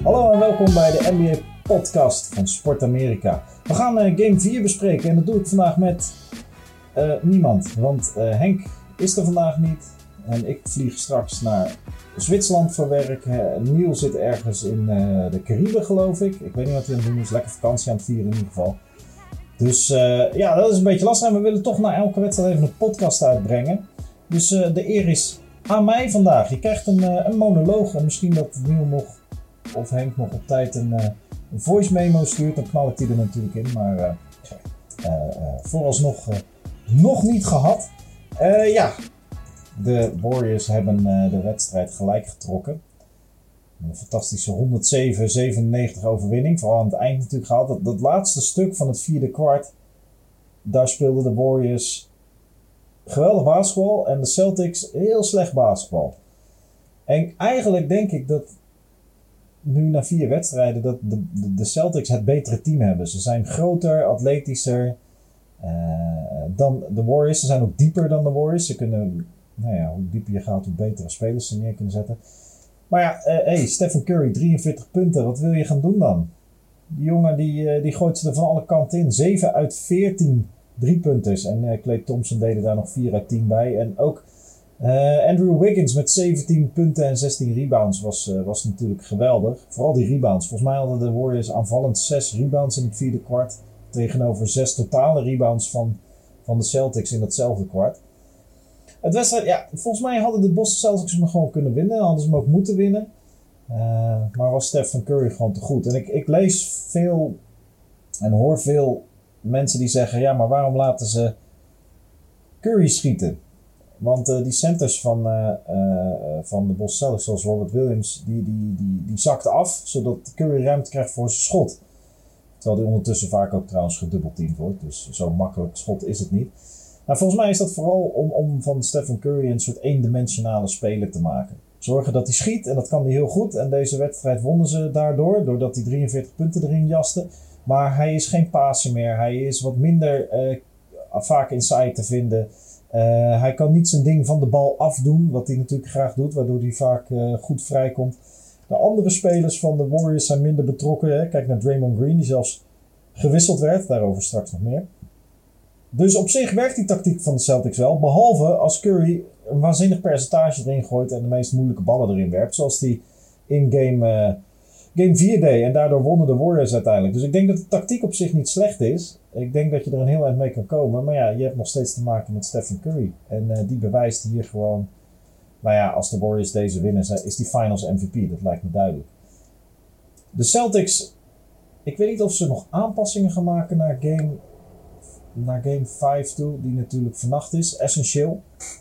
Hallo en welkom bij de NBA podcast van Sport Amerika. We gaan game 4 bespreken en dat doe ik vandaag met niemand. Want Henk is er vandaag niet en ik vlieg straks naar Zwitserland voor werk. Niel zit ergens in de Cariben, geloof ik. Ik weet niet wat hij aan het doen is, lekker vakantie aan het vieren in ieder geval. Dus ja, dat is een beetje lastig en we willen toch na elke wedstrijd even een podcast uitbrengen. Dus de eer is aan mij vandaag. Je krijgt een monoloog en misschien dat Niel nog of Henk nog op tijd een voice memo stuurt, dan knal ik die er natuurlijk in. Maar vooralsnog nog niet gehad. Ja, de Warriors hebben de wedstrijd gelijk getrokken. Een fantastische 107-97 overwinning. Vooral aan het eind natuurlijk gehaald. Dat laatste stuk van het vierde kwart, daar speelden de Warriors geweldig basketbal en de Celtics heel slecht basketbal. En eigenlijk denk ik dat nu na 4 wedstrijden dat de Celtics het betere team hebben. Ze zijn groter, atletischer dan de Warriors. Ze zijn ook dieper dan de Warriors. Ze kunnen, nou ja, hoe dieper je gaat, hoe betere spelers ze neer kunnen zetten. Maar ja, Stephen Curry, 43 punten. Wat wil je gaan doen dan? Die jongen die gooit ze er van alle kanten in. 7 uit 14 driepunters. En Klay Thompson deed er daar nog 4 uit 10 bij. En ook Andrew Wiggins met 17 punten en 16 rebounds was natuurlijk geweldig. Vooral die rebounds. Volgens mij hadden de Warriors aanvallend 6 rebounds in het vierde kwart. Tegenover 6 totale rebounds van de Celtics in datzelfde kwart. Het wedstrijd, ja, volgens mij hadden de Boston Celtics hem gewoon kunnen winnen. Hadden ze hem ook moeten winnen. Maar was Stephen Curry gewoon te goed. En ik lees veel en hoor veel mensen die zeggen, ja, maar waarom laten ze Curry schieten? Want die centers van de Boston Celtics, zoals Robert Williams, die zakte af, zodat Curry ruimte krijgt voor zijn schot. Terwijl hij ondertussen vaak ook trouwens gedubbelteamd wordt. Dus zo makkelijk schot is het niet. Nou, volgens mij is dat vooral om van Stephen Curry een soort eendimensionale speler te maken. Zorgen dat hij schiet en dat kan hij heel goed. En deze wedstrijd wonnen ze daardoor, doordat hij 43 punten erin jaste. Maar hij is geen passer meer. Hij is wat minder vaak inside te vinden. Hij kan niet zijn ding van de bal afdoen, wat hij natuurlijk graag doet, waardoor hij vaak goed vrijkomt. De andere spelers van de Warriors zijn minder betrokken. Hè? Kijk naar Draymond Green, die zelfs gewisseld werd. Daarover straks nog meer. Dus op zich werkt die tactiek van de Celtics wel. Behalve als Curry een waanzinnig percentage erin gooit en de meest moeilijke ballen erin werpt. Zoals die in game 4 deed. En daardoor wonnen de Warriors uiteindelijk. Dus ik denk dat de tactiek op zich niet slecht is. Ik denk dat je er een heel eind mee kan komen. Maar ja, je hebt nog steeds te maken met Stephen Curry. En die bewijst hier gewoon. Nou ja, als de Warriors deze winnen, is die Finals MVP. Dat lijkt me duidelijk. De Celtics, ik weet niet of ze nog aanpassingen gaan maken naar game 5 toe. Die natuurlijk vannacht is. Essentieel.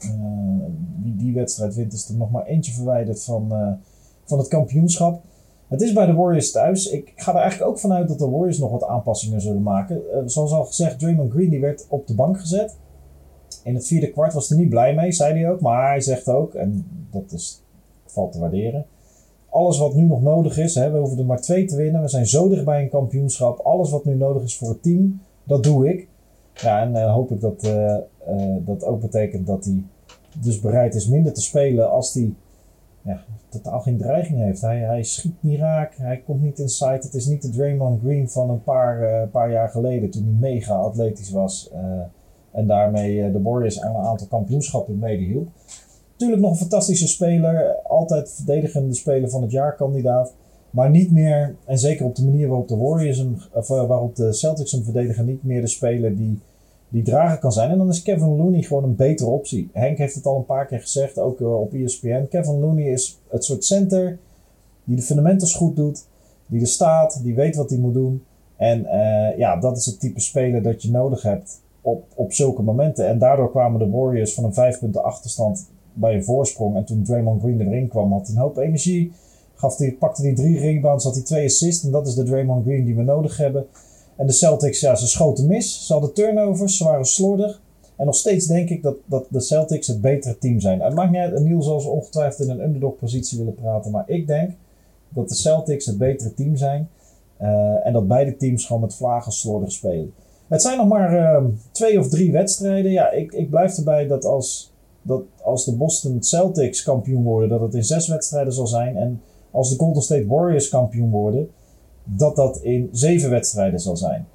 Die wedstrijd wint is er nog maar eentje verwijderd van het kampioenschap. Het is bij de Warriors thuis. Ik ga er eigenlijk ook vanuit dat de Warriors nog wat aanpassingen zullen maken. Zoals al gezegd, Draymond Green die werd op de bank gezet. In het vierde kwart was hij niet blij mee, zei hij ook. Maar hij zegt ook, en dat valt te waarderen. Alles wat nu nog nodig is, hè, we hoeven er maar 2 te winnen. We zijn zo dicht bij een kampioenschap. Alles wat nu nodig is voor het team, dat doe ik. Ja, en hoop ik dat ook betekent dat hij dus bereid is minder te spelen als hij totaal geen dreiging heeft. Hij schiet niet raak, hij komt niet inside. Het is niet de Draymond Green van een paar jaar geleden toen hij mega atletisch was. En daarmee de Warriors aan een aantal kampioenschappen medehielp. Natuurlijk nog een fantastische speler. Altijd verdedigende speler van het jaar kandidaat. Maar niet meer, en zeker op de manier waarop de Celtics hem verdedigen, niet meer de speler die drager kan zijn. En dan is Kevin Looney gewoon een betere optie. Henk heeft het al een paar keer gezegd, ook op ESPN. Kevin Looney is het soort center die de fundamentals goed doet. Die er staat, die weet wat hij moet doen. En dat is het type speler dat je nodig hebt op zulke momenten. En daardoor kwamen de Warriors van een 5 punten achterstand bij een voorsprong. En toen Draymond Green erin kwam, had hij een hoop energie. Pakte hij 3 rebounds, had hij 2 assists. En dat is de Draymond Green die we nodig hebben. En de Celtics, ja, ze schoten mis. Ze hadden turnovers, ze waren slordig. En nog steeds denk ik dat de Celtics het betere team zijn. Het maakt niet uit, Niel zal ze ongetwijfeld in een underdog positie willen praten. Maar ik denk dat de Celtics het betere team zijn. En dat beide teams gewoon met vlagen slordig spelen. Het zijn nog maar 2 of 3 wedstrijden. Ja, ik blijf erbij dat als de Boston Celtics kampioen worden, dat het in 6 wedstrijden zal zijn. En als de Golden State Warriors kampioen worden, dat in 7 wedstrijden zal zijn.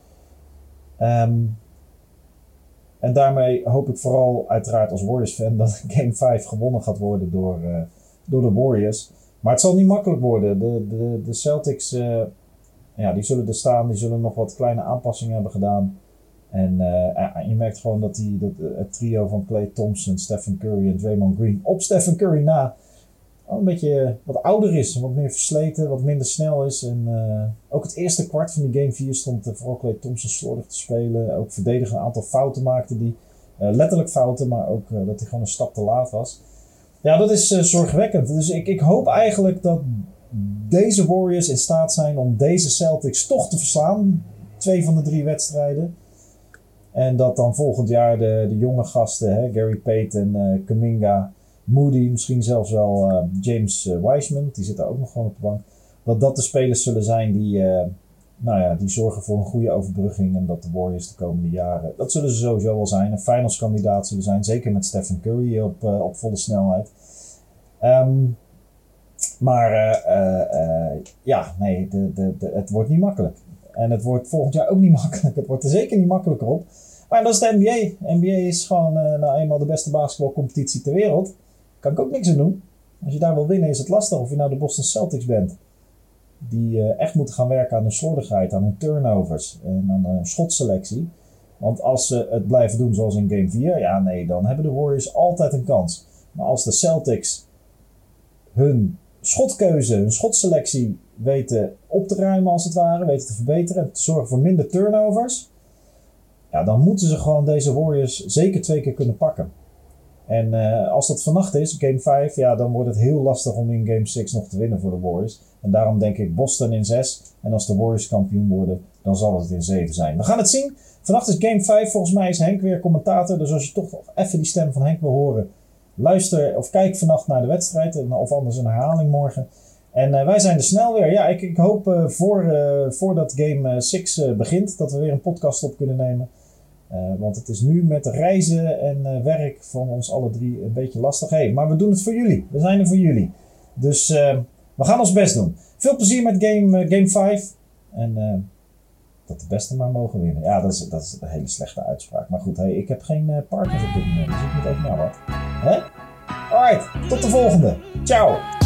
En daarmee hoop ik vooral uiteraard als Warriors fan dat Game 5 gewonnen gaat worden door de Warriors. Maar het zal niet makkelijk worden. De Celtics, die zullen er staan. Die zullen nog wat kleine aanpassingen hebben gedaan. En je merkt gewoon dat het trio van Klay Thompson, Stephen Curry en Draymond Green op Stephen Curry na al een beetje wat ouder is. Wat meer versleten, wat minder snel is. En ook het eerste kwart van die Game 4 stond vooral Klay Thompson slordig te spelen. Ook verdedigen een aantal fouten maakte die. Letterlijk fouten, maar ook dat hij gewoon een stap te laat was. Ja, dat is zorgwekkend. Dus ik hoop eigenlijk dat deze Warriors in staat zijn om deze Celtics toch te verslaan. 2 van de 3 wedstrijden. En dat dan volgend jaar de jonge gasten, Gary Payton, Kuminga, Moody, misschien zelfs wel James Wiseman, die zit daar ook nog gewoon op de bank. Dat de spelers zullen zijn die zorgen voor een goede overbrugging. En dat de Warriors de komende jaren, dat zullen ze sowieso wel zijn, een finals kandidaat zullen zijn. Zeker met Stephen Curry op volle snelheid. Het wordt niet makkelijk. En het wordt volgend jaar ook niet makkelijk. Het wordt er zeker niet makkelijker op. Maar dat is de NBA. De NBA is gewoon eenmaal de beste basketbalcompetitie ter wereld. Daar kan ik ook niks aan doen. Als je daar wil winnen is het lastig. Of je nou de Boston Celtics bent. Die echt moeten gaan werken aan hun slordigheid, aan hun turnovers en aan hun schotselectie. Want als ze het blijven doen zoals in Game 4, dan hebben de Warriors altijd een kans. Maar als de Celtics hun schotkeuze, hun schotselectie weten op te ruimen als het ware, weten te verbeteren en te zorgen voor minder turnovers, dan moeten ze gewoon deze Warriors zeker 2 keer kunnen pakken. En als dat vannacht is, Game 5, dan wordt het heel lastig om in Game 6 nog te winnen voor de Warriors. En daarom denk ik Boston in 6. En als de Warriors kampioen worden, dan zal het in 7 zijn. We gaan het zien. Vannacht is Game 5. Volgens mij is Henk weer commentator. Dus als je toch nog even die stem van Henk wil horen, luister of kijk vannacht naar de wedstrijd. Of anders een herhaling morgen. En wij zijn er snel weer. Ja, ik hoop voordat Game 6 begint, dat we weer een podcast op kunnen nemen. Want het is nu met reizen en werk van ons alle 3 een beetje lastig. Maar we doen het voor jullie. We zijn er voor jullie. Dus we gaan ons best doen. Veel plezier met Game 5. En dat de beste maar mogen winnen. Ja, dat is een hele slechte uitspraak. Maar goed, ik heb geen partner op dit moment. Dus ik moet ook naar wat. Alright, tot de volgende. Ciao.